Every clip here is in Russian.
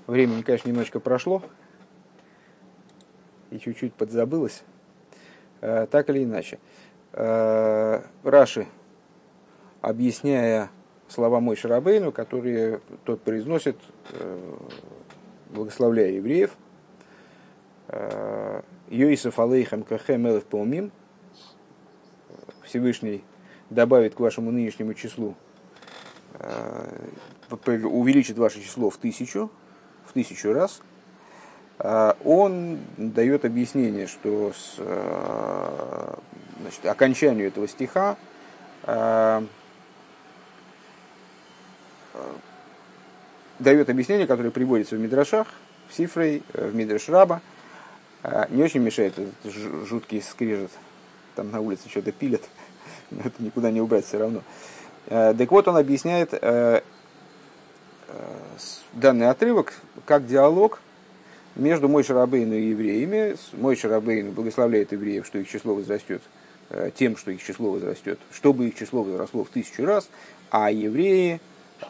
Времени, конечно, немножечко прошло и чуть-чуть подзабылось. Так или иначе. Раши, объясняя слова Моше Рабейну, которые тот произносит, благословляя евреев, Йосеф алейхам кахем элев помим, Всевышний добавит к вашему нынешнему числу, увеличит ваше число в тысячу раз. Он дает объяснение, что окончанию этого стиха дает объяснение, которое приводится в Мидрашах, в Сифрей, в Мидраш Раба. Не очень мешает этот жуткий скрежет. Там на улице что-то пилят, но это никуда не убрать все равно. Так вот, он объясняет данный отрывок как диалог между Моше Рабейну и евреями. Моше Рабейну благословляет евреев, что их число возрастет тем, что их число возрастет, чтобы их число возросло в 1000 раз, а евреи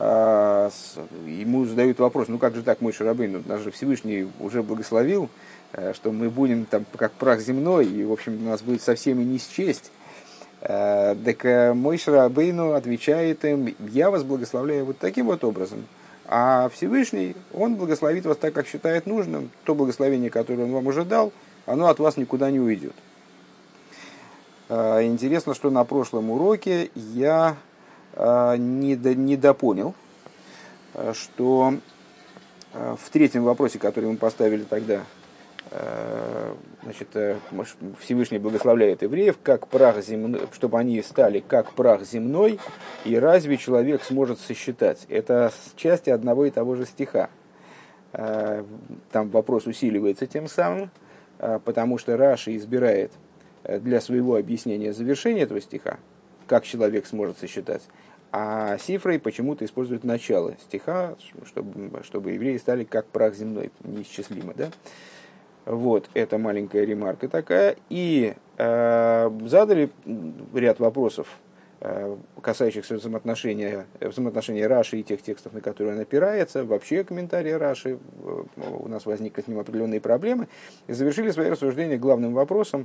ему задают вопрос: ну как же так, Моше Рабейну, нас же Всевышний уже благословил, что мы будем там как прах земной, и в общем нас будет совсем и не счесть. Так Моше Рабейну отвечает им: я вас благословляю вот таким вот образом, а Всевышний, он благословит вас так, как считает нужным. То благословение, которое он вам уже дал, оно от вас никуда не уйдет. Интересно, что на прошлом уроке я не допонял, что в третьем вопросе, который мы поставили тогда, Всевышний благословляет евреев, как прах земной, чтобы они стали как прах земной, и разве человек сможет сосчитать? Это части одного и того же стиха. Там вопрос усиливается тем самым, потому что Раши избирает для своего объяснения завершение этого стиха, как человек сможет сосчитать, а Сифрей почему-то использует начало стиха, чтобы евреи стали как прах земной, неисчислимо, да? Вот, это маленькая ремарка такая. И задали ряд вопросов, касающихся взаимоотношения Раши и тех текстов, на которые он опирается, вообще комментарии Раши, у нас возникли с ним определенные проблемы, и завершили свои рассуждения главным вопросом,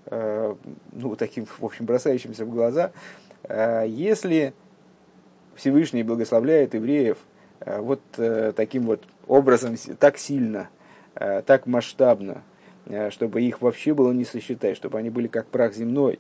таким, в общем, бросающимся в глаза: если Всевышний благословляет евреев вот таким вот образом, так сильно, так масштабно, чтобы их вообще было не сосчитать, чтобы они были как прах земной,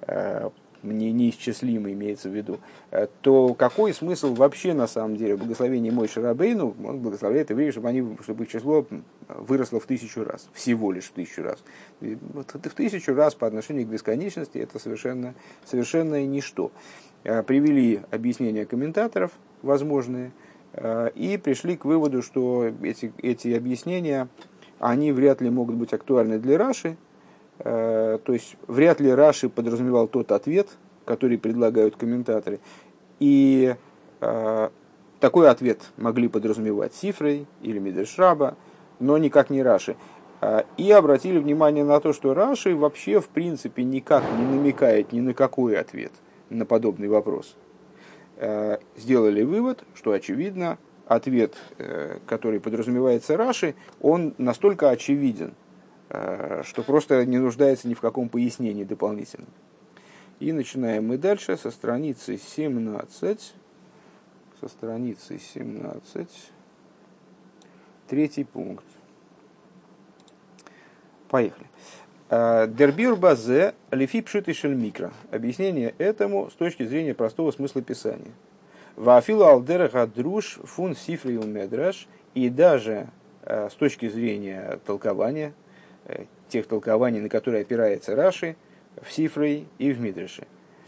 неисчислимый имеется в виду, то какой смысл вообще на самом деле в благословении Моше Рабейну? Он благословляет евреев, чтобы их число выросло в 1000 раз, всего лишь в 1000 раз. И вот в 1000 раз по отношению к бесконечности это совершенно ничто. Привели объяснения комментаторов возможные и пришли к выводу, что эти объяснения, они вряд ли могут быть актуальны для Раши. То есть вряд ли Раши подразумевал тот ответ, который предлагают комментаторы. И такой ответ могли подразумевать Сифрей или Мидраш Раба, но никак не Раши. И обратили внимание на то, что Раши вообще в принципе никак не намекает ни на какой ответ на подобный вопрос. Сделали вывод, что очевидно ответ, который подразумевается Раши, он настолько очевиден, что просто не нуждается ни в каком пояснении дополнительном. И начинаем мы дальше со страницы 17. Третий пункт. Поехали. Дербир базе лифи пшуты шель микро. Объяснение этому с точки зрения простого смысла писания. Вафилу алдераха друш фун сифриу медраш. И даже с точки зрения толкования, тех толкований, на которые опирается Раши в Сифрей и в Мидраше.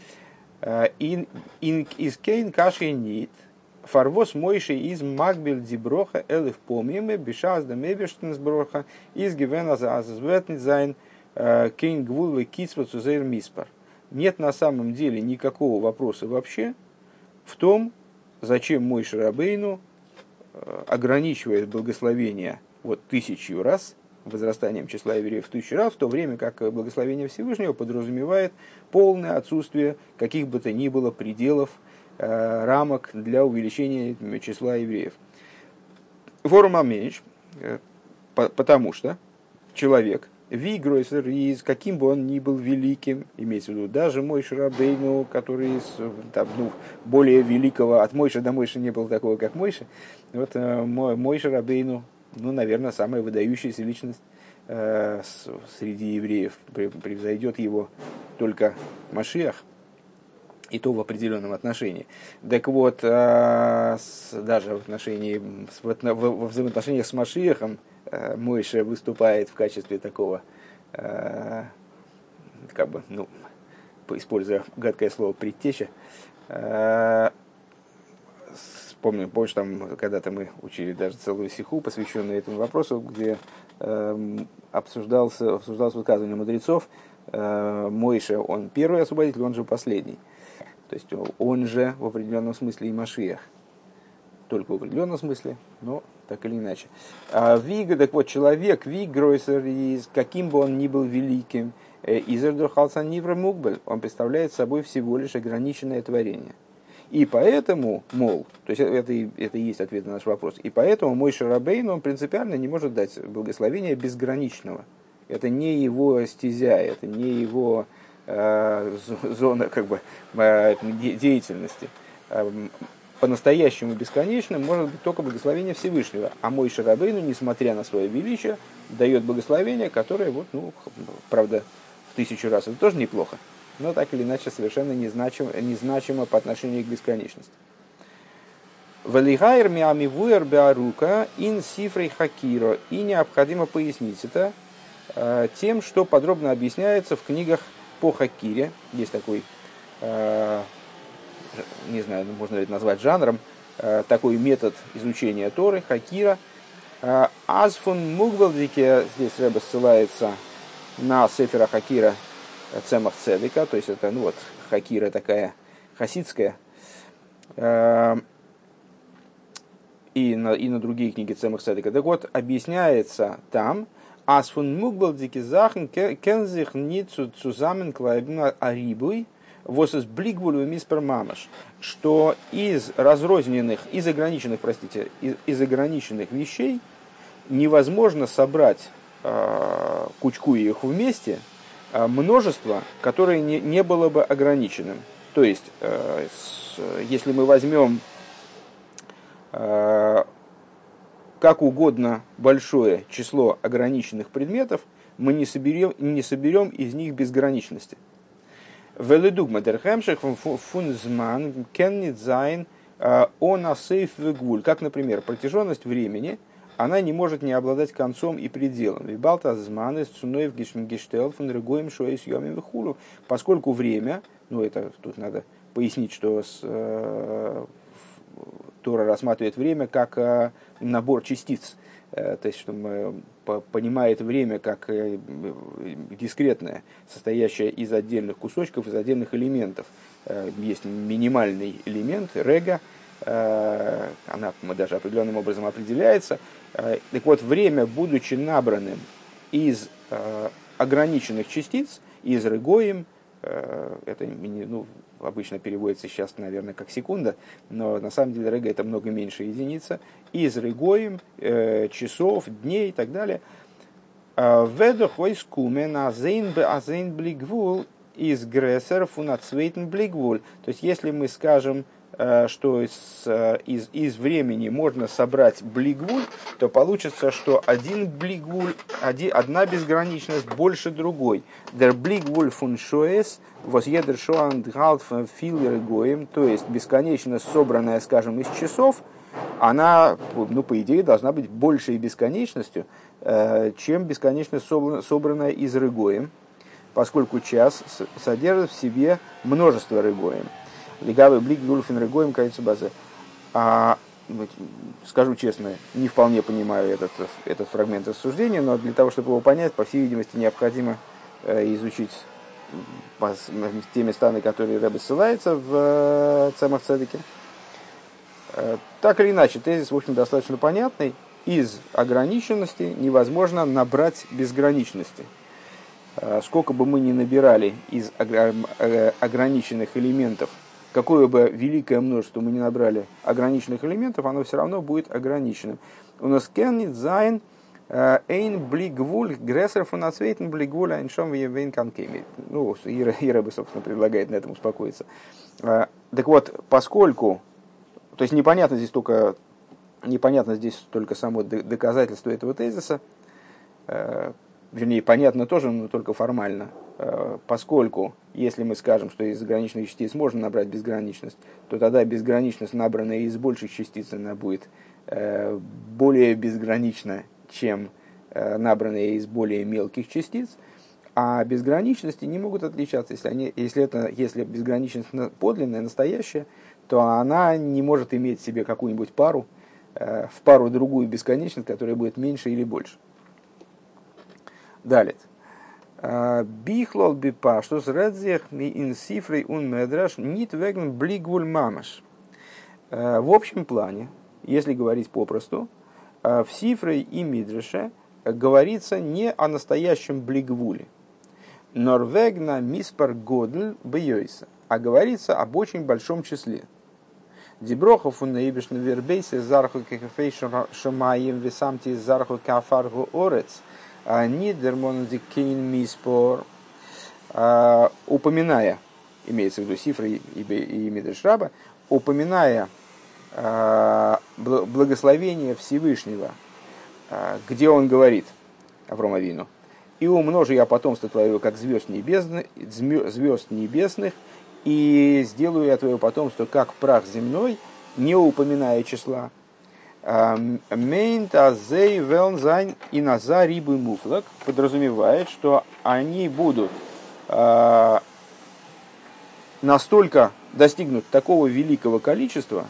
Из кейн каши нит фарвос мойши из магбель диброха элев помиме бешаз да мебештенс броха из гивена за азветнит зайн кейн гвулвы кицва цузейр миспар. Нет на самом деле никакого вопроса вообще в том, зачем Моше Рабейну ограничивает благословение 1000 раз, возрастанием числа евреев в 1000 раз, в то время как благословение Всевышнего подразумевает полное отсутствие каких бы то ни было пределов, рамок для увеличения числа евреев. Ворма меньш, потому что человек, вигройсер, из каким бы он ни был великим, имеется в виду даже Мойше Рабейну, который там, более великого, от Мойши до Мойши не было такого, как Мойши, вот Мойше Рабейну, наверное, самая выдающаяся личность среди евреев, превзойдет его только Машиах, и то в определенном отношении. Так вот, даже во взаимоотношениях с Машиахом Мойше выступает в качестве такого, используя гадкое слово, предтеча. Помнишь, там когда-то мы учили даже целую сиху, посвященную этому вопросу, где обсуждалось высказывание мудрецов. Мойше, он первый освободитель, он же последний. То есть он же в определенном смысле и Машиах. Только в определенном смысле, но так или иначе. Так вот, человек, вигройсер, каким бы он ни был великим, он представляет собой всего лишь ограниченное творение. И поэтому, то есть это и есть ответ на наш вопрос, и поэтому Мойше Рабейну, он принципиально не может дать благословения безграничного. Это не его стезя, это не его зона деятельности. По-настоящему бесконечным может быть только благословение Всевышнего. А Мойше Рабейну, несмотря на свое величие, дает благословение, которое, правда, в 1000 раз это тоже неплохо, но так или иначе совершенно незначимо по отношению к бесконечности. Валихайр миамивуэр беарука ин сифрей хакиро. И необходимо пояснить это тем, что подробно объясняется в книгах по хакире. Есть такой, не знаю, можно ли это назвать жанром, такой метод изучения Торы, хакира. Азфун Мугвалдике, здесь Ребе ссылается на Сефера Хакира Цемах Цедека, то есть это, хакира такая хасидская, и на другие книги Цемах Цедека. Так вот, объясняется там, Асфун Мугбалдики Захн Кензих Ницу Цузамен Клайбна Арибуй Восес Блигвулю Миспер Мамаш, что из ограниченных вещей невозможно собрать, кучкуя их вместе, множество, которое не было бы ограниченным. То есть, если мы возьмем как угодно большое число ограниченных предметов, мы не соберем из них безграничности. Веледугма дерхемших фунзман кеннит зайн он асейф вегвуль. Как, например, протяженность времени, она не может не обладать концом и пределом. Вибалта зманы цуноев гештел фун регоем шоис йомим вихулу. Поскольку время, это тут надо пояснить, что Тора рассматривает время как набор частиц. То есть, что понимает время как дискретное, состоящее из отдельных кусочков, из отдельных элементов. Есть минимальный элемент, рега, она даже определенным образом определяется. Так вот, время, будучи набранным из ограниченных частиц, из регоим, это обычно переводится сейчас, наверное, как секунда, но на самом деле рега это много меньше единица, из регоим, часов, дней и так далее. Ведохойскумен азейн блигвул из грессер фунацвейтен блигвул. То есть, если мы скажем, что из времени можно собрать блигвуль, то получится, что один блигвуль, одна безграничность больше другой. Der блигвуль фун шоэс возъедер шоанд галт филер гоем, то есть бесконечность, собранная, скажем, из часов, она, по идее, должна быть большей бесконечностью, чем бесконечность, собранная из регоем, поскольку час содержит в себе множество регоем. Легавый блик гульфин регоем кается базе. Скажу честно, не вполне понимаю этот фрагмент рассуждения, но для того, чтобы его понять, по всей видимости, необходимо изучить те места, на которые Ребе ссылается в Цемах Цедеке. Так или иначе, тезис, в общем, достаточно понятный. Из ограниченности невозможно набрать безграничности. Сколько бы мы ни набирали из ограниченных элементов какое бы великое множество мы не набрали ограниченных элементов, оно все равно будет ограниченным. У нас кеннит зайн эйн блигвуль грессер фон ацвейтен блигвуль айншом вейн канкеми. Ну, Ира бы, собственно, предлагает на этом успокоиться. Так вот, поскольку, то есть непонятно здесь только само доказательство этого тезиса, вернее, понятно тоже, но только формально, поскольку, если мы скажем, что из ограниченных частиц можно набрать безграничность, то тогда безграничность, набранная из больших частиц, она будет более безгранична, чем набранная из более мелких частиц, а безграничности не могут отличаться. Если безграничность подлинная, настоящая, то она не может иметь в себе какую-нибудь пару, в пару другую бесконечность, которая будет меньше или больше. Далее. Бихлол бипа, что с редзех ми инсифрей ун медраш нит веген блигвуль мамаш. В общем плане, если говорить попросту, в сифрей и мидреше говорится не о настоящем блигвуле, норвегна миспар годль бьёйса, а говорится об очень большом числе. Диброхов у наибишн вербейсе зарху кефей шамаем весамти зарху кафаргу орец нидермон дикейн миспор. Упоминая, имеется в виду сифры и мидреш раба, упоминая благословение Всевышнего, где он говорит Аврому Авину: «И умножу я потомство твое, как звезд небесных, и сделаю я твое потомство, как прах земной», не упоминая числа. «Мейнт азей велнзайн и наза рибы муфлак», подразумевает, что они будут настолько достигнут такого великого количества,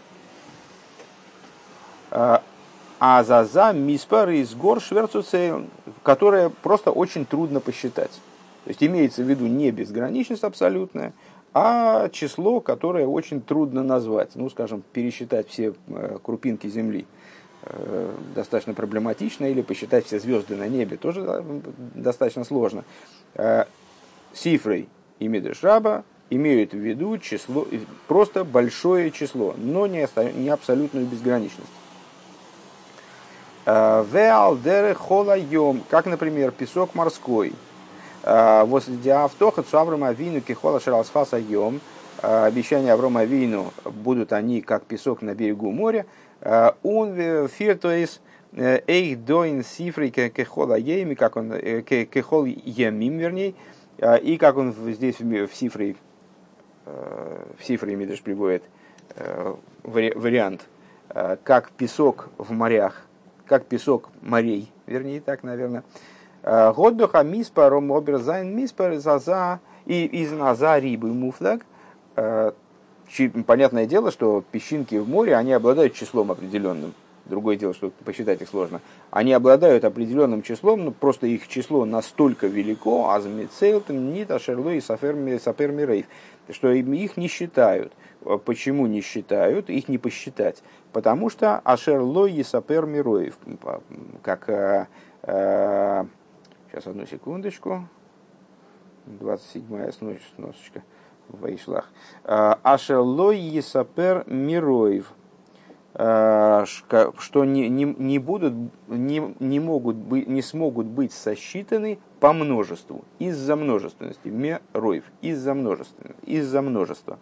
а заза миспар из гор шверцуцей, которое просто очень трудно посчитать. То есть имеется в виду не безграничность абсолютная, а число, которое очень трудно назвать. Ну, скажем, пересчитать все крупинки земли достаточно проблематично, или посчитать все звезды на небе тоже достаточно сложно. Сифрей и мидреш раба имеют в виду число, просто большое число, но не абсолютную безграничность. Как, например, песок морской. Возле Автоха Цаврама Авину Кихола Шаралсфаса Йом. Обещания Аврома Авину будут они как песок на берегу моря. Он фиртоис эйх доин сифрей кехола ейми, как он кехол емим, вернее, и как он здесь в сифре Мидреш приводит вариант, как песок в морях, как песок морей, вернее, так, наверное. Годдоха миспаром оберзайн миспар заза и из наза рибы муфлаг. Понятное дело, что песчинки в море, они обладают числом определенным. Другое дело, что посчитать их сложно. Они обладают определенным числом, но просто их число настолько велико, азмицейлтем нита шерло и сапермирейв, что их не считают. Почему не считают? Их не посчитать. Потому что ашерло и сапермироев, как... Сейчас, одну секундочку. 27-я сносочка. Вайшлах. Ашерло и сапер мироев. Что не смогут быть сосчитаны по множеству, из-за множественности. Мироев, из-за множества.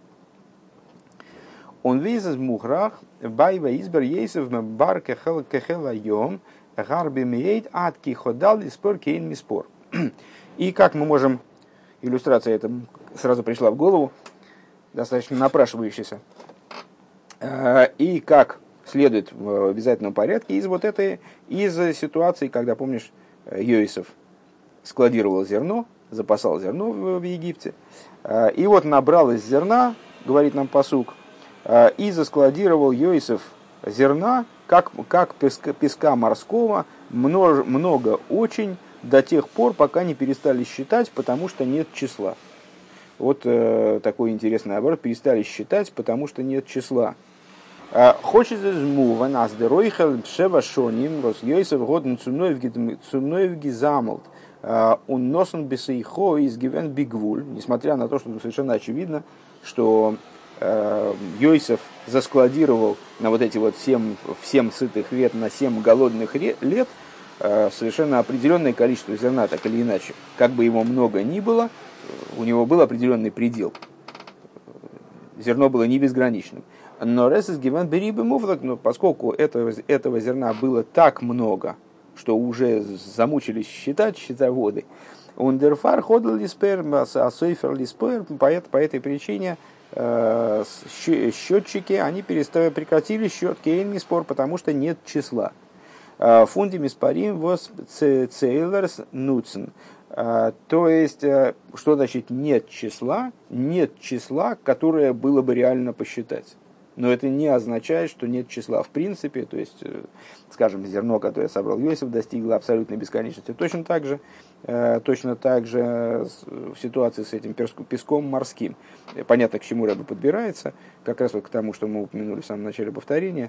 Он весь из мухрах, байва избер ейсев бар кехела йом, гарби мейт атки ходал и спор кейн миспор. И как мы можем, иллюстрация эта сразу пришла в голову, достаточно напрашивающаяся. И как следует в обязательном порядке из ситуации, когда, помнишь, Йосеф складировал зерно, запасал зерно в Египте, и вот набралось зерна, говорит нам пасук, и заскладировал Йосеф зерна, как песка морского, много очень, до тех пор, пока не перестали считать, потому что нет числа. Вот такой интересный оборот: перестали считать, потому что нет числа. Хочет измува нас деройхел пшева шоним рос Йосеф годн цуноевги замолт унносен бесейхо из гивен бигвуль. Несмотря на то, что совершенно очевидно, что Йосеф заскладировал на вот эти вот 7 сытых лет, на 7 голодных лет совершенно определенное количество зерна, так или иначе. Как бы его много ни было, у него был определенный предел. Зерно было не безграничным. Но ресес гивен берибы муфлак, но поскольку этого зерна было так много, что уже замучились считать счетоводы, ундерфар ходл лиспер, асойфер лиспер, по этой причине счетчики, они прекратили счет, кейн спор, потому что нет числа. Фунди миспарим вос цейлерс нуцен. То есть, что значит нет числа? Нет числа, которое было бы реально посчитать. Но это не означает, что нет числа в принципе. То есть, скажем, зерно, которое собрал Йосеф, достигло абсолютной бесконечности. Точно так же в ситуации с этим песком морским. Понятно, к чему Рэбе подбирается. Как раз вот к тому, что мы упомянули в самом начале повторения.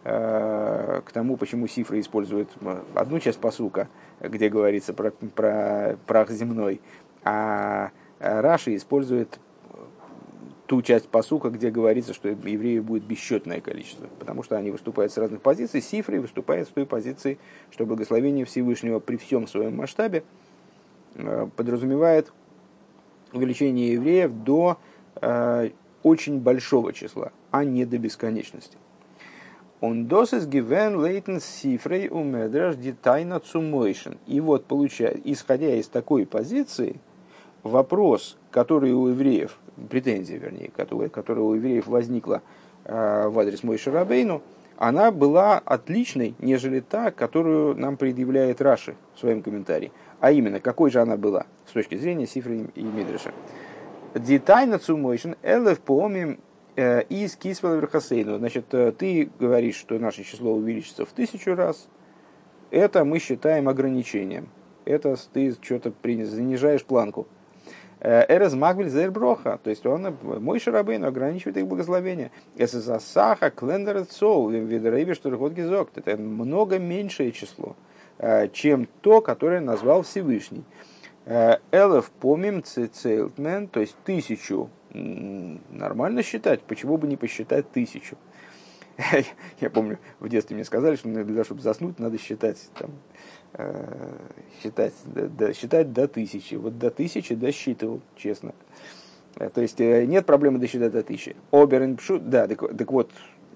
К тому, почему Сифра использует одну часть пасука, где говорится про прах земной, а Раши использует ту часть пасука, где говорится, что евреев будет бесчетное количество, потому что они выступают с разных позиций. Сифра выступает с той позиции, что благословение Всевышнего при всем своем масштабе подразумевает увеличение евреев до очень большого числа, а не до бесконечности. Он досыс гивен лейтен сифрей у медраж детайна цумойшен. И вот, получается, исходя из такой позиции, вопрос, который у евреев, претензия, вернее, которая у евреев возникла в адрес Мойше Рабейну, она была отличной, нежели та, которую нам предъявляет Раши в своем комментарии. А именно, какой же она была с точки зрения Сифры и Мидраша. Детайна цумойшен элев помим из Кисвела Верхасейну. Значит, ты говоришь, что наше число увеличится в 1000 раз. Это мы считаем ограничением. Это ты что-то занижаешь планку. Эрез Магвель Зерброха, то есть он, Мойше Рабейну, ограничивает их благословение. Эсэсасаха Клендер Цол, Видерейбе, что Рехот Гизок. Это много меньшее число, чем то, которое назвал Всевышний. Элев помим цейлтмен, то есть 1000 нормально считать, почему бы не посчитать 1000? Я помню, в детстве мне сказали, что для того, чтобы заснуть, надо считать, считать до 1000. Вот до 1000 досчитывал, честно. То есть нет проблемы досчитать до 1000. Оберн пшут, да, так вот,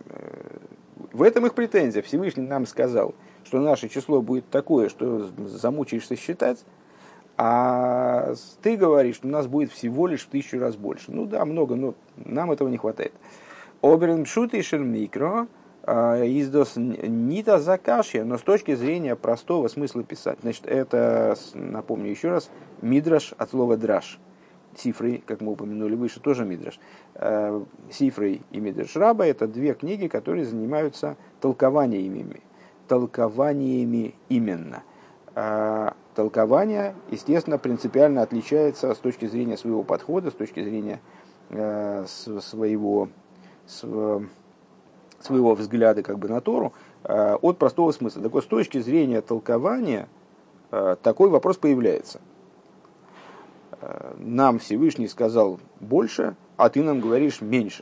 в этом их претензия. Всевышний нам сказал, что наше число будет такое, что замучаешься считать, а ты говоришь, что у нас будет всего лишь в 1000 раз больше. Ну да, много, но нам этого не хватает. Оберн пшут и шельмикро издос нита закашья, но с точки зрения простого смысла писать. Значит, это, напомню еще раз, мидраш от слова драш. Сифры, как мы упомянули выше, тоже мидраш. Сифры и мидраш раба — это две книги, которые занимаются толкованиями именно. Толкование, естественно, принципиально отличается с точки зрения своего подхода, с точки зрения своего взгляда как бы на Тору от простого смысла. Так вот, с точки зрения толкования такой вопрос появляется. Нам Всевышний сказал больше, а ты нам говоришь меньше.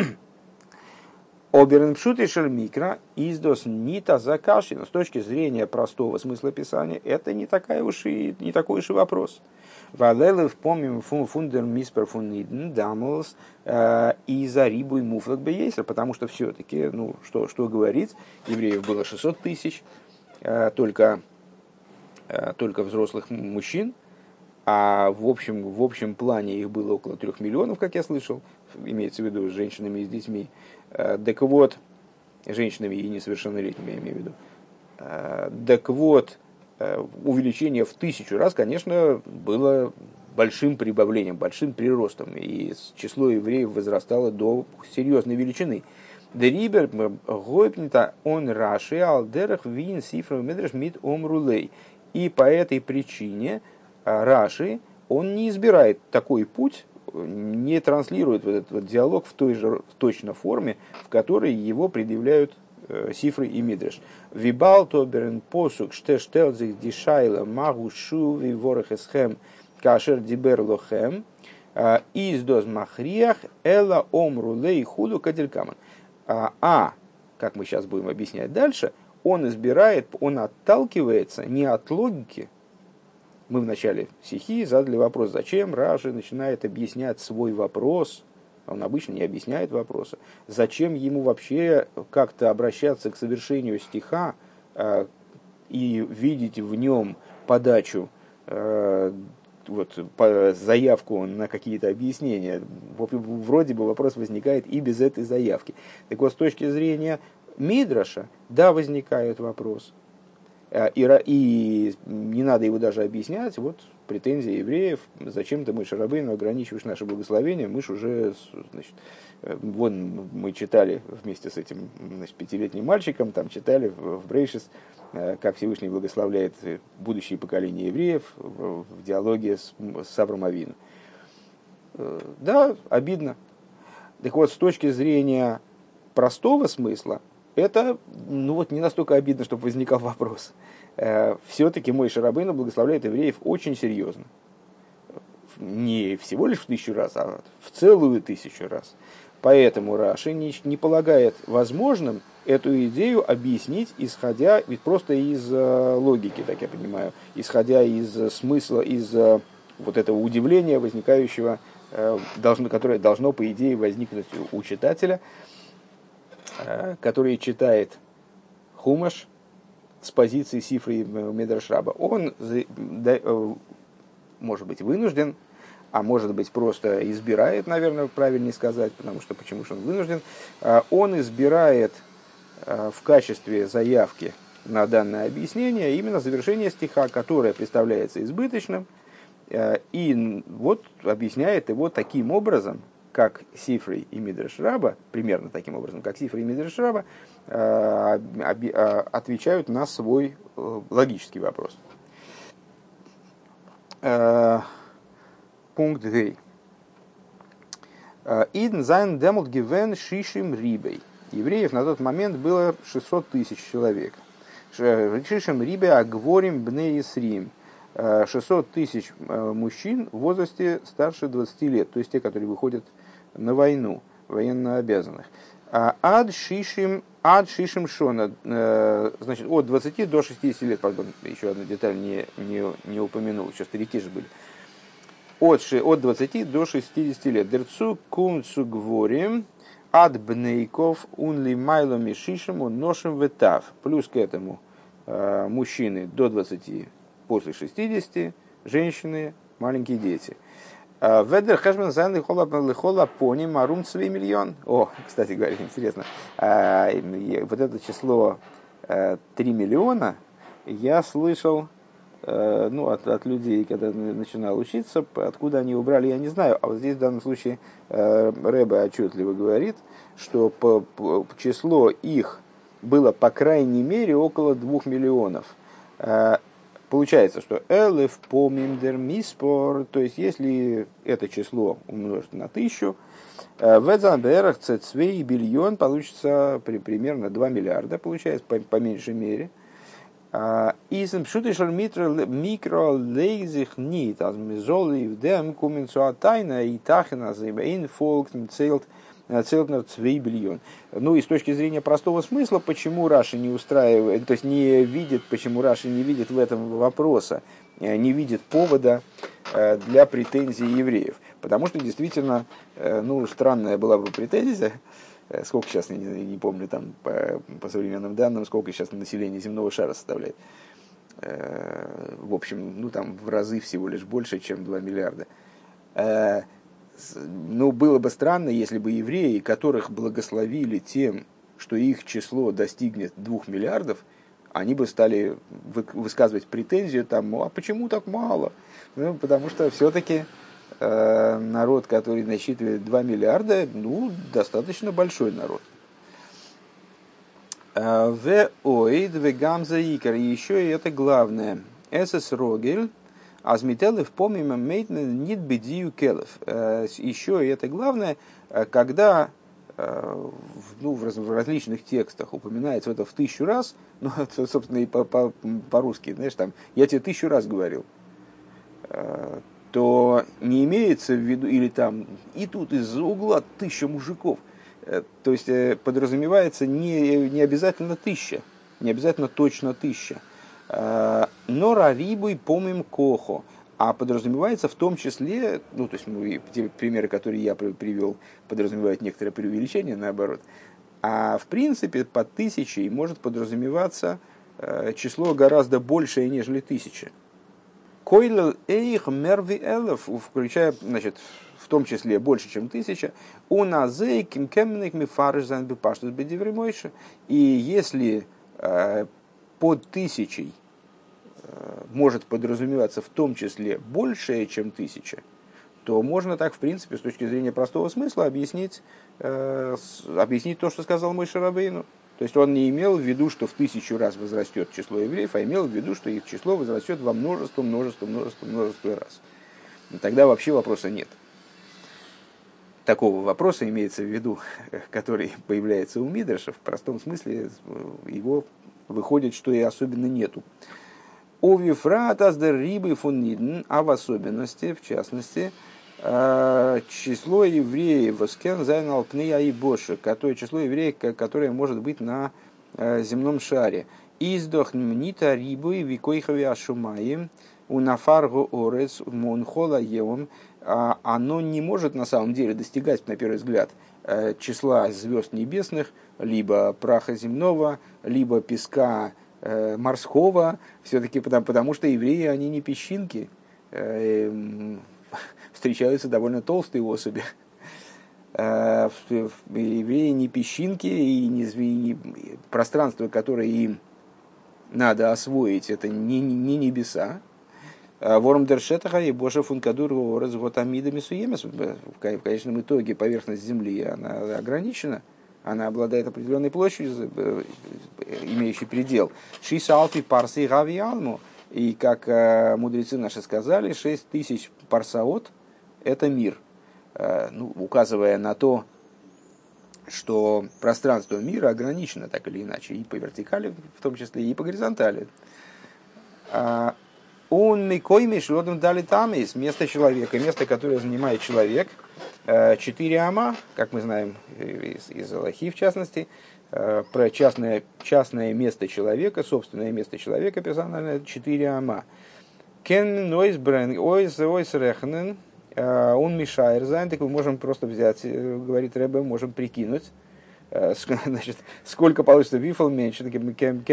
Обернпшутишер микро издос нита закашин. С точки зрения простого смысла писания, это не такой уж и вопрос. Валелев помним фундер миспер фуниден дамлс и за рибу и муфлак бейсер, потому что все-таки, что говорить, евреев было 600 тысяч, только взрослых мужчин, а в общем плане их было около 3 миллионов, как я слышал, имеется в виду с женщинами и с детьми. Так вот, женщинами и несовершеннолетними, я имею в виду. Так вот, увеличение в 1000 раз, конечно, было большим прибавлением, большим приростом, и число евреев возрастало до серьезной величины. Дерибер гойпнита он раши алдерах вин сифра медреш мит омрулей. И по этой причине Раши, он не избирает такой путь, не транслирует вот этот вот диалог в той же точно форме, в которой его предъявляют Сифры и Мидреш. Вибал тоберен посук штештелзих дишайла магушу виворахесхем кашер диберлохем. Из доз махриях эла омру лей худу кадилькаман. Как мы сейчас будем объяснять дальше, он избирает, он отталкивается не от логики. Мы в начале стихи задали вопрос, зачем Раши начинает объяснять свой вопрос. Он обычно не объясняет вопросы. Зачем ему вообще как-то обращаться к совершению стиха и видеть в нем подачу, заявку на какие-то объяснения. Вроде бы вопрос возникает и без этой заявки. Так вот, с точки зрения Мидраша, да, возникает вопрос. И не надо его даже объяснять. Вот претензия евреев, зачем ты, Моше Рабейну, ограничиваешь наше благословение? Мы ж уже, значит, вон мы читали вместе с этим, значит, 5-летним мальчиком, там читали в Брейшис, как Всевышний благословляет будущее поколение евреев в диалоге с Авром Авину. Да, обидно. Так вот, с точки зрения простого смысла, это не настолько обидно, чтобы возникал вопрос. Все-таки Моше Рабейну благословляет евреев очень серьезно. Не всего лишь в 1000 раз, а в целую 1000 раз. Поэтому Раши не полагает возможным эту идею объяснить, исходя просто из логики, так я понимаю, исходя из смысла, из вот этого удивления, возникающего, которое должно, по идее, возникнуть у читателя, который читает Хумаш с позиции Сифры и Мидраш Раба. Он может быть вынужден, а может быть просто избирает, наверное, правильнее сказать, потому что почему же он вынужден, он избирает в качестве заявки на данное объяснение именно завершение стиха, которое представляется избыточным, и вот объясняет его таким образом, как Сифры и Мидраш Раба, примерно таким образом, как Сифры и Мидраш Раба отвечают на свой логический вопрос. Пункт Гей. Иден зайн демут гивен шишим рибей. Евреев на тот момент было 600 тысяч человек. Шишим рибей агворим бне исрим. 600 тысяч мужчин в возрасте старше 20 лет, то есть те, которые выходят на войну, военно обязанных. Ад шишим шона, значит, от 20 до 60 лет, пардон, еще одну деталь не упомянул, еще старики же были. От 20 до 60 лет. Дерцу кунцу гворим ад бнейков унли майлами шишим ношим ветав. Плюс к этому мужчины до 20, после 60, женщины, маленькие дети. Ведер хэшмен зайн лихола пони марум 2 миллион. О, кстати говоря, интересно. Вот это число 3 миллиона я слышал от людей, когда начинал учиться, откуда они убрали, я не знаю. А вот здесь в данном случае Ребе отчетливо говорит, что число их было по крайней мере около 2 миллионов. Получается, что элеф помимдер миспор, то есть если это число умножить на 1000, в Эдзанберах цецвей бильон получится примерно 2 миллиарда, получается, по меньшей мере. Изм шутишер микро лейзих нит, аз мизоли в дем куменцу атайна и тахина зайбейн фолк цельт на 2 бильон. Ну и с точки зрения простого смысла, почему Раши не устраивает, то есть не видит, почему Раши не видит в этом вопроса, не видит повода для претензий евреев. Потому что действительно, странная была бы претензия, сколько сейчас, не помню, там по современным данным, сколько сейчас население земного шара составляет. В общем, там в разы всего лишь больше, чем 2 миллиарда. Было бы странно, если бы евреи, которых благословили тем, что их число достигнет 2 миллиардов, они бы стали высказывать претензию, а почему так мало? Потому что все-таки народ, который насчитывает 2 миллиарда, достаточно большой народ. Еще и это главное. Эсэс Рогель. Азмителев помимо мейтен нит бедию келев. Еще и это главное, когда в различных текстах упоминается это в 1000 раз, собственно, и по-русски, знаешь, там, я тебе 1000 раз говорил. то не имеется в виду, или там и тут из-за угла 1000 мужиков. То есть подразумевается не обязательно 1000, не обязательно точно 1000. Но равибуй помим кохо. А подразумевается в том числе, ну, то есть те примеры, которые я привел, подразумевают некоторое преувеличение, наоборот. А в принципе под 1000 может подразумеваться число гораздо большее, нежели 1000. Койлел эйх мерви элев, включая, значит, в том числе больше, чем 1000, у назей кимкемник мифарыш занбипаштус бедивремойши. И если под 1000 может подразумеваться в том числе большее, чем 1000, то можно так, в принципе, с точки зрения простого смысла объяснить то, что сказал Моше Рабейну. То есть он не имел в виду, что в 1000 раз возрастет число евреев, а имел в виду, что их число возрастет во множество раз. И тогда вообще вопроса нет. Такого вопроса имеется в виду, который появляется у Мидрашев, в простом смысле его выходит, что и особенно нету. Овифрат аздер рибы фунниден, а в особенности, в частности, число евреев воскен зайн алпнея и боша, число евреев, которое может быть на земном шаре. Издох мнита рибы викойхави ашумаим унафаргу орец монхола евом. Оно не может на самом деле достигать, на первый взгляд, числа звезд небесных, либо праха земного, либо песка морского, все-таки потому что евреи, они не песчинки, встречаются довольно толстые особи. Евреи не песчинки, и не пространство, которое им надо освоить, это не небеса. Ворм дершетаха и боша функадур разготамидами суемес. В конечном итоге поверхность Земли она ограничена. Она обладает определенной площадью, имеющей предел. Шиса алфи парсы гави алму. И, как мудрецы наши сказали, 6000 парсаот – это мир. Указывая на то, что пространство мира ограничено так или иначе, и по вертикали, в том числе, и по горизонтали. Он микоймиш родом дали там есть место человека, место, которое занимает человек, 4 ама, как мы знаем из Алахи в частности, про частное место человека, собственное место человека персональное, 4 ама. Кен нойс брэнг ойс рехнен, он мешает зайн, так мы можем просто взять, говорит Ребе, можем прикинуть, значит, сколько получится вифл меньше, мы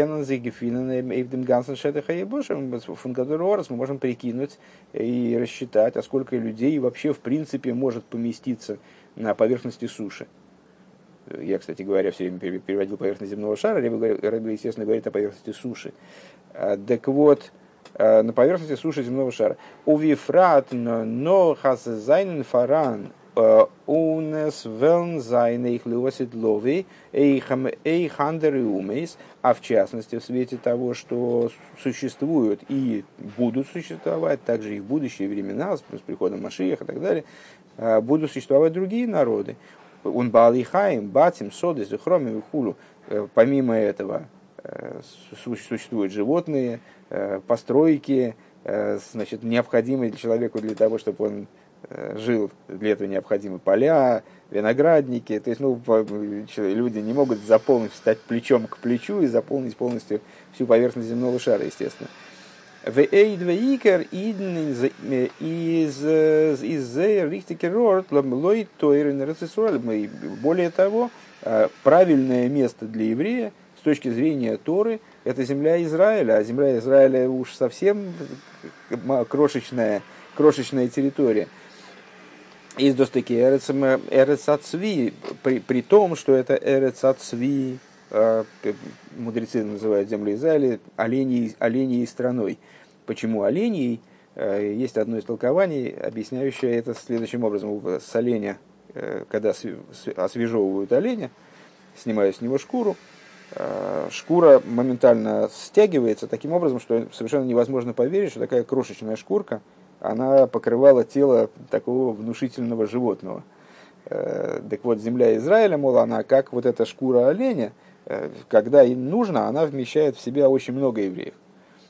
можем прикинуть и рассчитать, а сколько людей вообще в принципе может поместиться на поверхности суши. Я, кстати говоря, все время переводил поверхность земного шара, Ребе, естественно, говорит о поверхности суши. Так вот, на поверхности суши земного шара. Увифрат но хасзайн фаран унес велн зайн их лосит лови эйхандериумейс, а в частности в свете того, что существуют и будут существовать также и в будущие времена с приходом Машиаха и так далее, будут существовать другие народы. Он балихаим батим соды зухроми хулу. Помимо этого существуют животные, постройки, значит, необходимые человеку для того, чтобы он жил. Для этого необходимы поля, виноградники. То есть, люди не могут встать плечом к плечу и заполнить полностью всю поверхность земного шара, естественно. Более того, правильное место для еврея с точки зрения Торы — это земля Израиля, а земля Израиля уж совсем крошечная территория. Из достаки Эрец Ацви, при том, что это Эрец Ацви, мудрецы называют землю Израиля оленей страной. Почему оленей? Есть одно из толкований, объясняющее это следующим образом. С оленя, когда освежевывают оленя, снимают с него шкуру, шкура моментально стягивается таким образом, что совершенно невозможно поверить, что такая крошечная шкурка, она покрывала тело такого внушительного животного. Так вот, земля Израиля, мол, она как вот эта шкура оленя, когда им нужно, она вмещает в себя очень много евреев.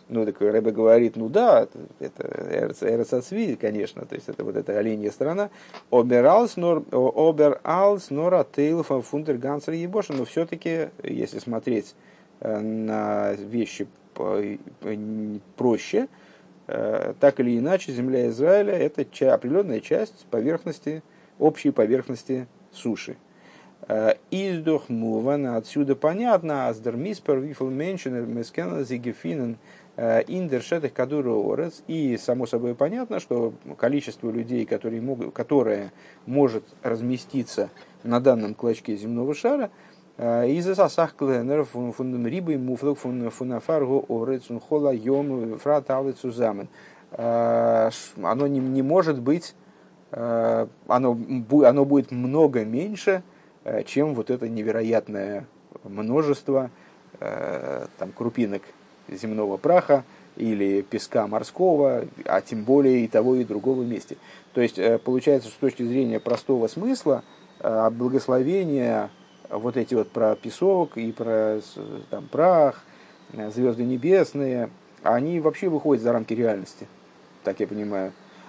Ну, так Ребе говорит, ну да, это Эрец Ацви, конечно, то есть это вот эта оленья страна. Обералс нора тейлфа фундер гансер ебоша, но все-таки, если смотреть на вещи проще, так или иначе, земля Израиля – это определенная часть поверхности, общей поверхности суши. Издох муван, отсюда понятно, аздер миспер вифл меншен мескена зигефинен индершетых кадуроорец, и само собой понятно, что количество людей, которое может разместиться на данном клочке земного шара, из-за сасах кленер фундам рибы муфлок фунафаргу орецун хола йом фраталицу замен. Оно не может быть, оно будет много меньше, чем вот это невероятное множество там, крупинок земного праха или песка морского, а тем более и того, и другого вместе. То есть получается, что с точки зрения простого смысла, благословения вот эти вот про песок и про там, прах, звезды небесные, они вообще выходят за рамки реальности, так я понимаю.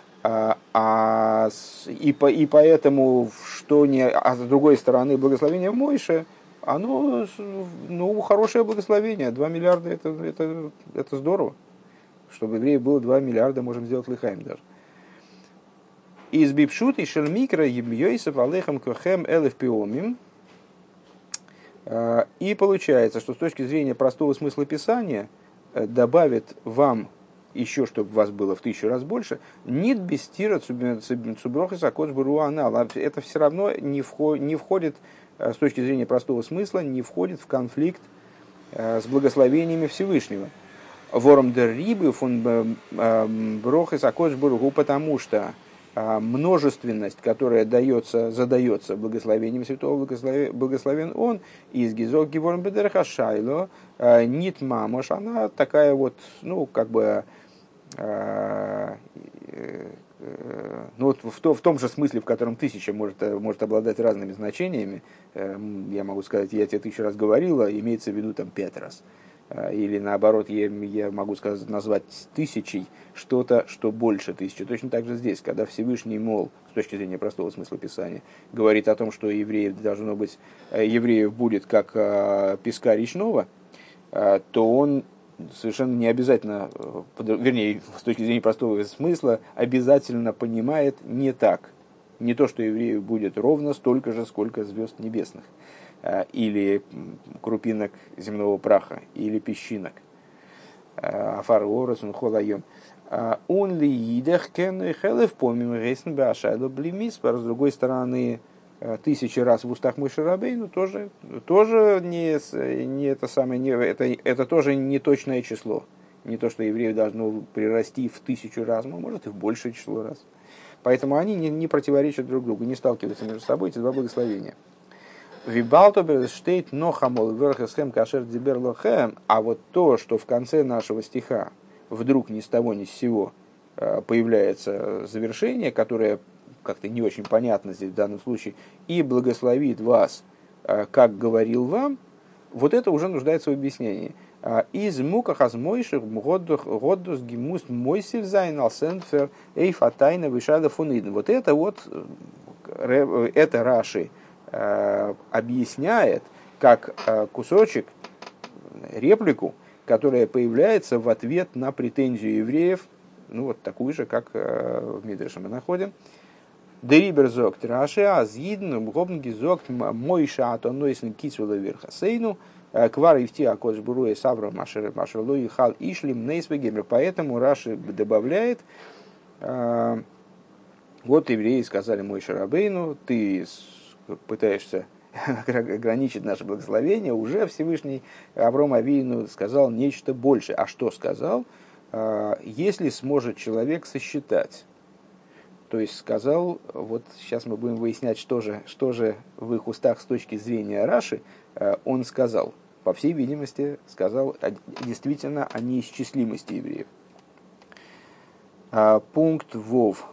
И поэтому, что не, а с другой стороны, благословение Мойше, оно, ну, хорошее благословение. 2 миллиарда это здорово. Чтобы евреев было 2 миллиарда, можем сделать лихаем даже. Из бипшут и шельмикра ебьёйсов алейхам кохем элев пиомим. И получается, что с точки зрения простого смысла Писания добавит вам еще, чтобы вас было в 1000 раз больше, нит бестира цуброхи сакоч баруанал. Это все равно не входит, с точки зрения простого смысла, не входит в конфликт с благословениями Всевышнего. Вором дер рибы фон брохи сакоч баругу, потому что множественность, которая задается благословением Святого, благословен Он, из гизок геворм бедерхашайло, нит мамош, она такая вот, ну, как бы, ну, вот в том же смысле, в котором 1000 может обладать разными значениями, я могу сказать, я тебе 1000 раз говорила, имеется в виду там 5 раз. Или наоборот, я могу сказать, назвать 1000 что-то, что больше 1000. Точно так же здесь, когда Всевышний, мол, с точки зрения простого смысла Писания, говорит о том, что евреев будет как песка речного, то он совершенно не обязательно, вернее, с точки зрения простого смысла, обязательно понимает не так. Не то, что евреев будет ровно столько же, сколько звезд небесных, или крупинок земного праха, или песчинок. Афар орос он холаем. Он ли идех кен хелев помимо рейсен башайло блимис. С другой стороны, 1000 раз в устах Моше Рабейну тоже не это самое, это тоже не точное число. Не то, что евреев должно прирасти в 1000 раз, но может и в большее число раз. Поэтому они не противоречат друг другу, не сталкиваются между собой, эти два благословения. А вот то, что в конце нашего стиха вдруг ни с того ни с сего появляется завершение, которое как-то не очень понятно здесь в данном случае, и благословит вас, как говорил вам, вот это уже нуждается в объяснении. Из муках азмойших годдус гимуст мойсель зайн алсенфер эйфатайна вишада фунидн. Вот это Раши объясняет как кусочек, реплику, которая появляется в ответ на претензию евреев, ну вот такую же, как в Мидреше мы находим. Дерибер зогт Раши, азидн, гобнги зогт, мойша атонойсен кисвела верхасейну, квар ивти акодж буруэ савра машерлуи хал ишлим нейсвегемер. Поэтому Раши добавляет, вот евреи сказали Моше Рабейну, ты пытаешься ограничить наше благословение, уже Всевышний Авром Авину сказал нечто больше. А что сказал? Если сможет человек сосчитать. То есть сказал, вот сейчас мы будем выяснять, что же в их устах с точки зрения Раши он сказал. По всей видимости, сказал действительно о неисчислимости евреев. Пункт Вов.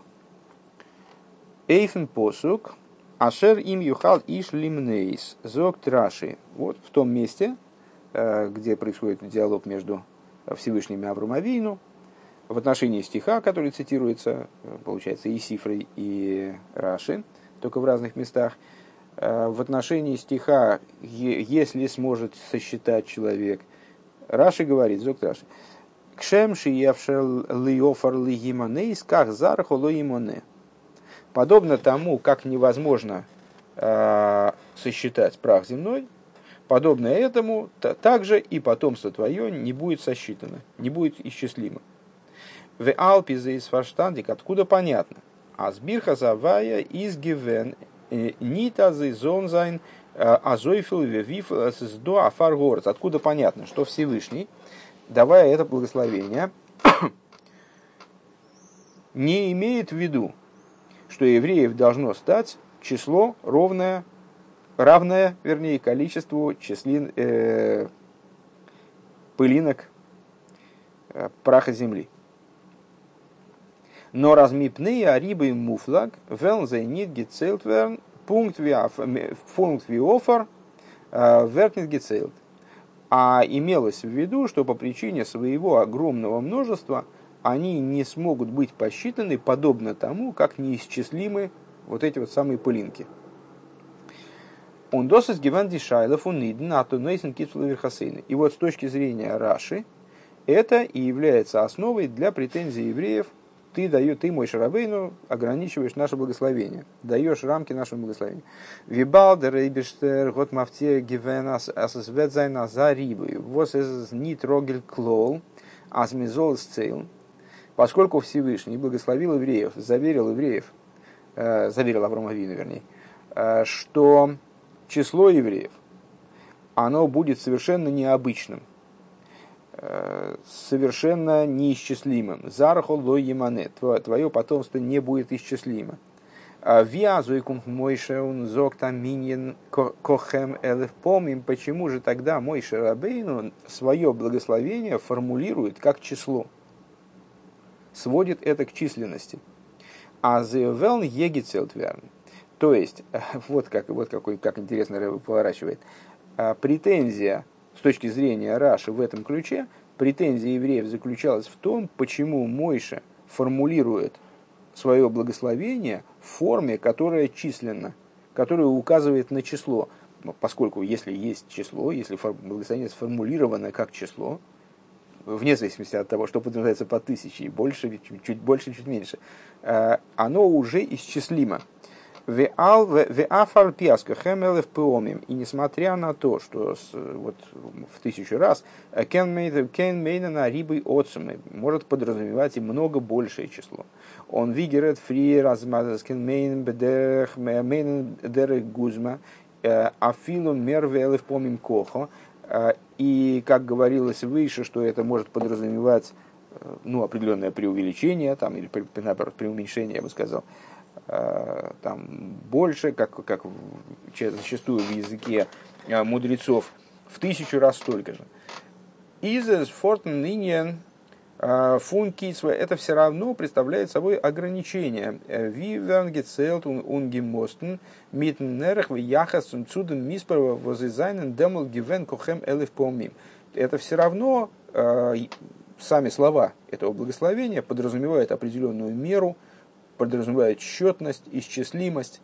Эйфен посук. Ашер им юхал иш лимнейс. Зогт Раши. Вот в том месте, где происходит диалог между Всевышним Аврому Авину, в отношении стиха, который цитируется, получается, и Сифрой, и Раши, только в разных местах. В отношении стиха, если сможет сосчитать человек, Раши говорит, Зок Раши, «Кшемши явшел лиофар лигимонейс, как зархо лоимоне». Подобно тому, как невозможно сосчитать прах земной, подобно этому, также и потомство твое не будет сосчитано, не будет исчислимо. В Алпизе из Фаштандик, откуда понятно? Азбирха завая из гивен нитазы зонзайн азойфил вивифл сдо афаргорц. Откуда понятно, что Всевышний, давая это благословение, не имеет в виду, что евреев должно стать число равное количеству пылинок праха земли. Но размипные арибы муфлаг велнзе нит гецелтверн пункт виофар вертнит гецелт. А имелось в виду, что по причине своего огромного множества они не смогут быть посчитаны подобно тому, как неисчислимы вот эти вот самые пылинки. Он досыс гиванди шайлов унидн ату нейсен китсулы верхасейны. И вот с точки зрения Раши, это и является основой для претензий евреев. Ты Моше Рабейну, ограничиваешь наше благословение, даешь рамки нашему благословению. Вибалдер рейбештер гот мафте гивенас асведзайна за рибы. Вот из нит рогель клол азмизол сцейл. Поскольку Всевышний благословил евреев, заверил Авраама Авину, вернее, что число евреев, оно будет совершенно необычным, совершенно неисчислимым. Зархол ло ямане, твое потомство не будет исчислимо. Виазуйкум Мойше он зокта миньен кохем элев помим. Почему же тогда Моше Рабейну свое благословение формулирует как число? Сводит это к численности. А зевелн егицелтверн. То есть, вот как интересно Рэбе поворачивает. Претензия с точки зрения Раши в этом ключе, претензия евреев заключалась в том, почему Мойше формулирует свое благословение в форме, которая численна, которая указывает на число. Поскольку если есть число, если благословение сформулировано как число, вне зависимости от того, что подразумевается по тысяче, больше, чуть больше, чуть меньше, оно уже исчислимо. И несмотря на то, что вот, в 1000 раз на рибы отцумы может подразумевать и много большее число. Он вигерет фри размазаскен мейн бедерех гузма афилу мервелев помим кохо. И, как говорилось выше, что это может подразумевать определенное преувеличение, там, или наоборот, преуменьшение, я бы сказал, там, больше, как зачастую в языке мудрецов, в 1000 раз столько же. Изес фортен ниниен функис, это все равно представляет собой ограничение. Вивернгецелт унгемостен митнерх в яхас цуден мисперва возизайнен демол гивен кохем элев помим. Это все равно сами слова этого благословения подразумевают определенную меру, подразумевают счетность, исчислимость,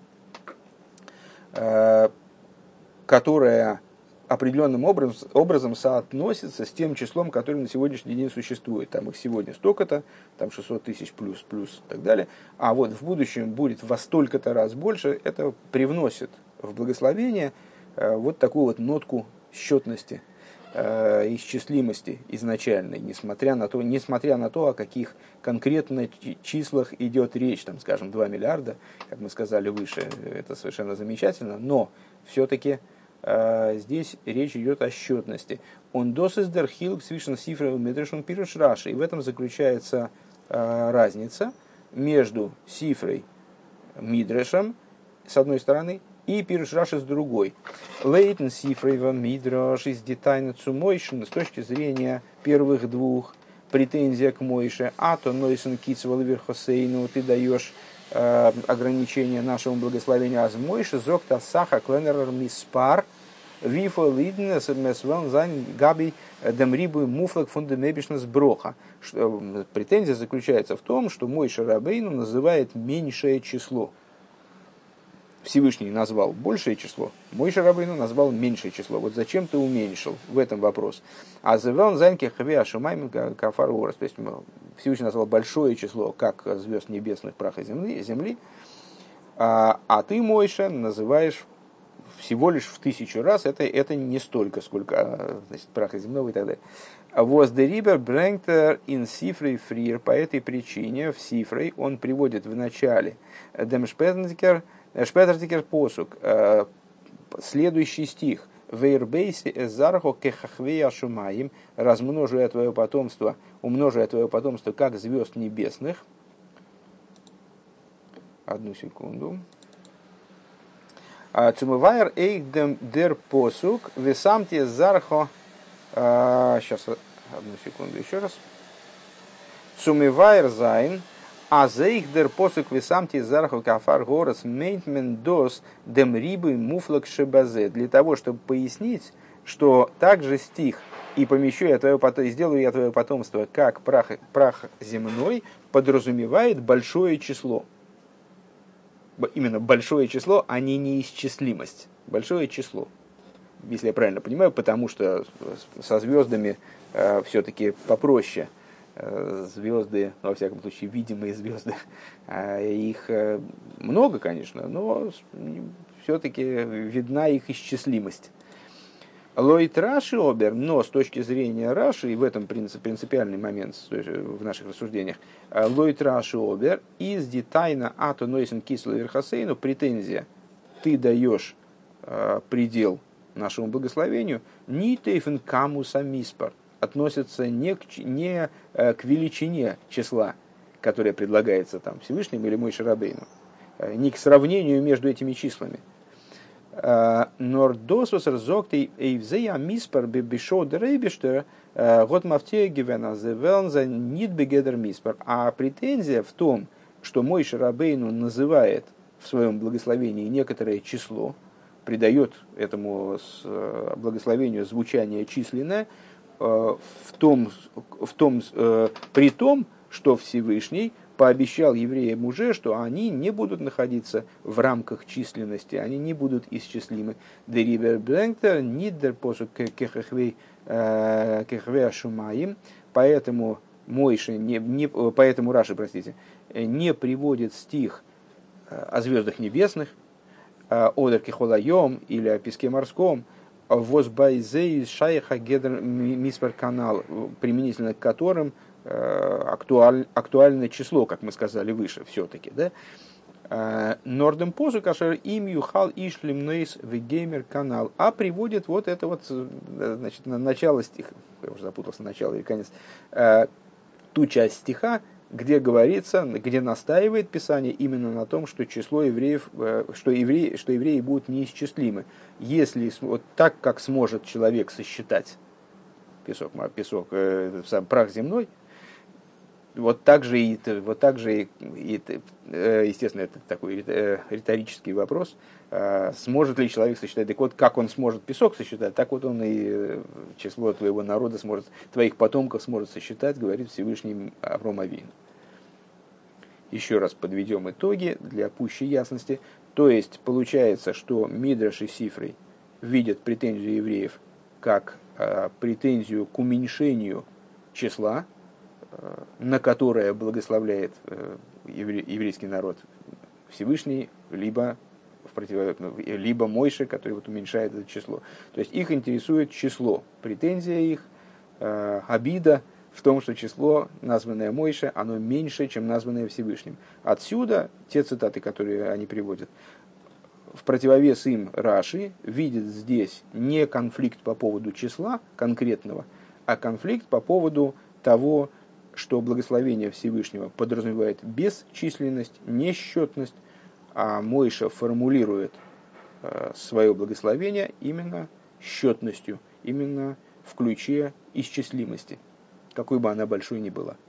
которая определенным образом соотносится с тем числом, которое на сегодняшний день существует. Там их сегодня столько-то, там 600 тысяч плюс и так далее. А вот в будущем будет во столько-то раз больше. Это привносит в благословение вот такую вот нотку счетности, исчислимости изначальной, несмотря на то, о каких конкретно числах идет речь, там, скажем, 2 миллиарда, как мы сказали выше, это совершенно замечательно, но все-таки здесь речь идет о счетности. Он досиздер хилк свишен сифра медрешун пируш раши. И в этом заключается разница между сифрой мидрешем с одной стороны и пируш раши с другой. Лейтен сифрой ва мидраш из детайна цумойшин с точки зрения первых двух претензия к Мойше. А то нойсен кицвал верхосейну, ты даешь ограничение нашему благословению аз Мойше зокта саха кленер миспар Вифо лиднес месван зайн габи демрибу муфлак фундамебишнес броха. Претензия заключается в том, что Мойше Рабейну называет меньшее число. Всевышний назвал большее число, Мойше Рабейну назвал меньшее число. Вот зачем ты уменьшил? В этом вопрос. А зеван зайнки хавиа шумайм кафар орас. То есть Всевышний назвал большое число, как звезд небесных, праха земли. А ты, Мойше, называешь всего лишь в 1000 раз. Это не столько, сколько, значит, праха земного и так далее. Was the river bringter in Сифрей фрир. По этой причине в Сифрей он приводит в начале Дем Шпетертикер посук, следующий стих. Вейрбейси эзархо кехахвея шумаим, размножая твое потомство, умножая твое потомство, как звезд небесных. Одну секунду. Цумывайр эйхдем дер посук, весамти зархо. Сейчас, одну секунду еще раз. Цумывайр зайн. А зейхдер посук весамти зарху кафар горос мейнтмен дос дем рибы муфлак шебазе. Для того, чтобы пояснить, что также стих «И помещу я твое потомство, сделаю я твое потомство, как прах земной» подразумевает большое число. Именно большое число, а не неисчислимость. Большое число. Если я правильно понимаю, потому что со звездами все-таки попроще. Звезды, во всяком случае, видимые звезды, их много, конечно, но все-таки видна их исчислимость. Лойт Раши обер, но с точки зрения Раши, и в этом принципиальный момент в наших рассуждениях, Лойт Раши обер, из детайна ато нойсен кисло верхасейну, претензия, ты даешь предел нашему благословению, ни тейфен каму самиспар, относится не к величине числа, которое предлагается там Всевышним или Мойше Рабейну, не к сравнению между этими числами. Нордосус разоктей эйвзея миспар бебешо дрейбештер год мафтея гивена зевелнза нит бегедер миспар. А претензия в том, что Мойше Рабейну называет в своем благословении некоторое число, придает этому благословению звучание численное, при том, что Всевышний пообещал евреям уже, что они не будут находиться в рамках численности, они не будут исчислимы. Поэтому поэтому Раши, не приводит стих о звездах небесных, Одер Кихолайом или о песке морском, возбайзей шайха гедр миспер канал, применительно к которым актуальное число, как мы сказали выше, все-таки, да? Нордем позу кашер им юхал ишлим нейс вегеймер канал, а приводит вот это вот, значит, на начало стиха, я уже запутался, начало и конец, ту часть стиха, где говорится, где настаивает Писание именно на том, что число евреев, что евреи будут неисчислимы, если вот так, как сможет человек сосчитать песок, сам прах земной, вот так же, естественно, это такой риторический вопрос, сможет ли человек сосчитать, так вот, как он сможет песок сосчитать, так вот он и число твоего народа сможет, твоих потомков сможет сосчитать, говорит Всевышний Авром Авину. Еще раз подведем итоги для пущей ясности. То есть, получается, что Мидраш и Сифрей видят претензию евреев как претензию к уменьшению числа, на которое благословляет еврейский народ Всевышний, либо Мойше, который вот уменьшает это число. То есть их интересует число, претензия их, обида в том, что число, названное Мойше, оно меньше, чем названное Всевышним. Отсюда те цитаты, которые они приводят. В противовес им Раши видит здесь не конфликт по поводу числа конкретного, а конфликт по поводу того, что благословение Всевышнего подразумевает бесчисленность, несчетность, а Мойша формулирует свое благословение именно счетностью, именно в ключе исчислимости, какой бы она большой ни была.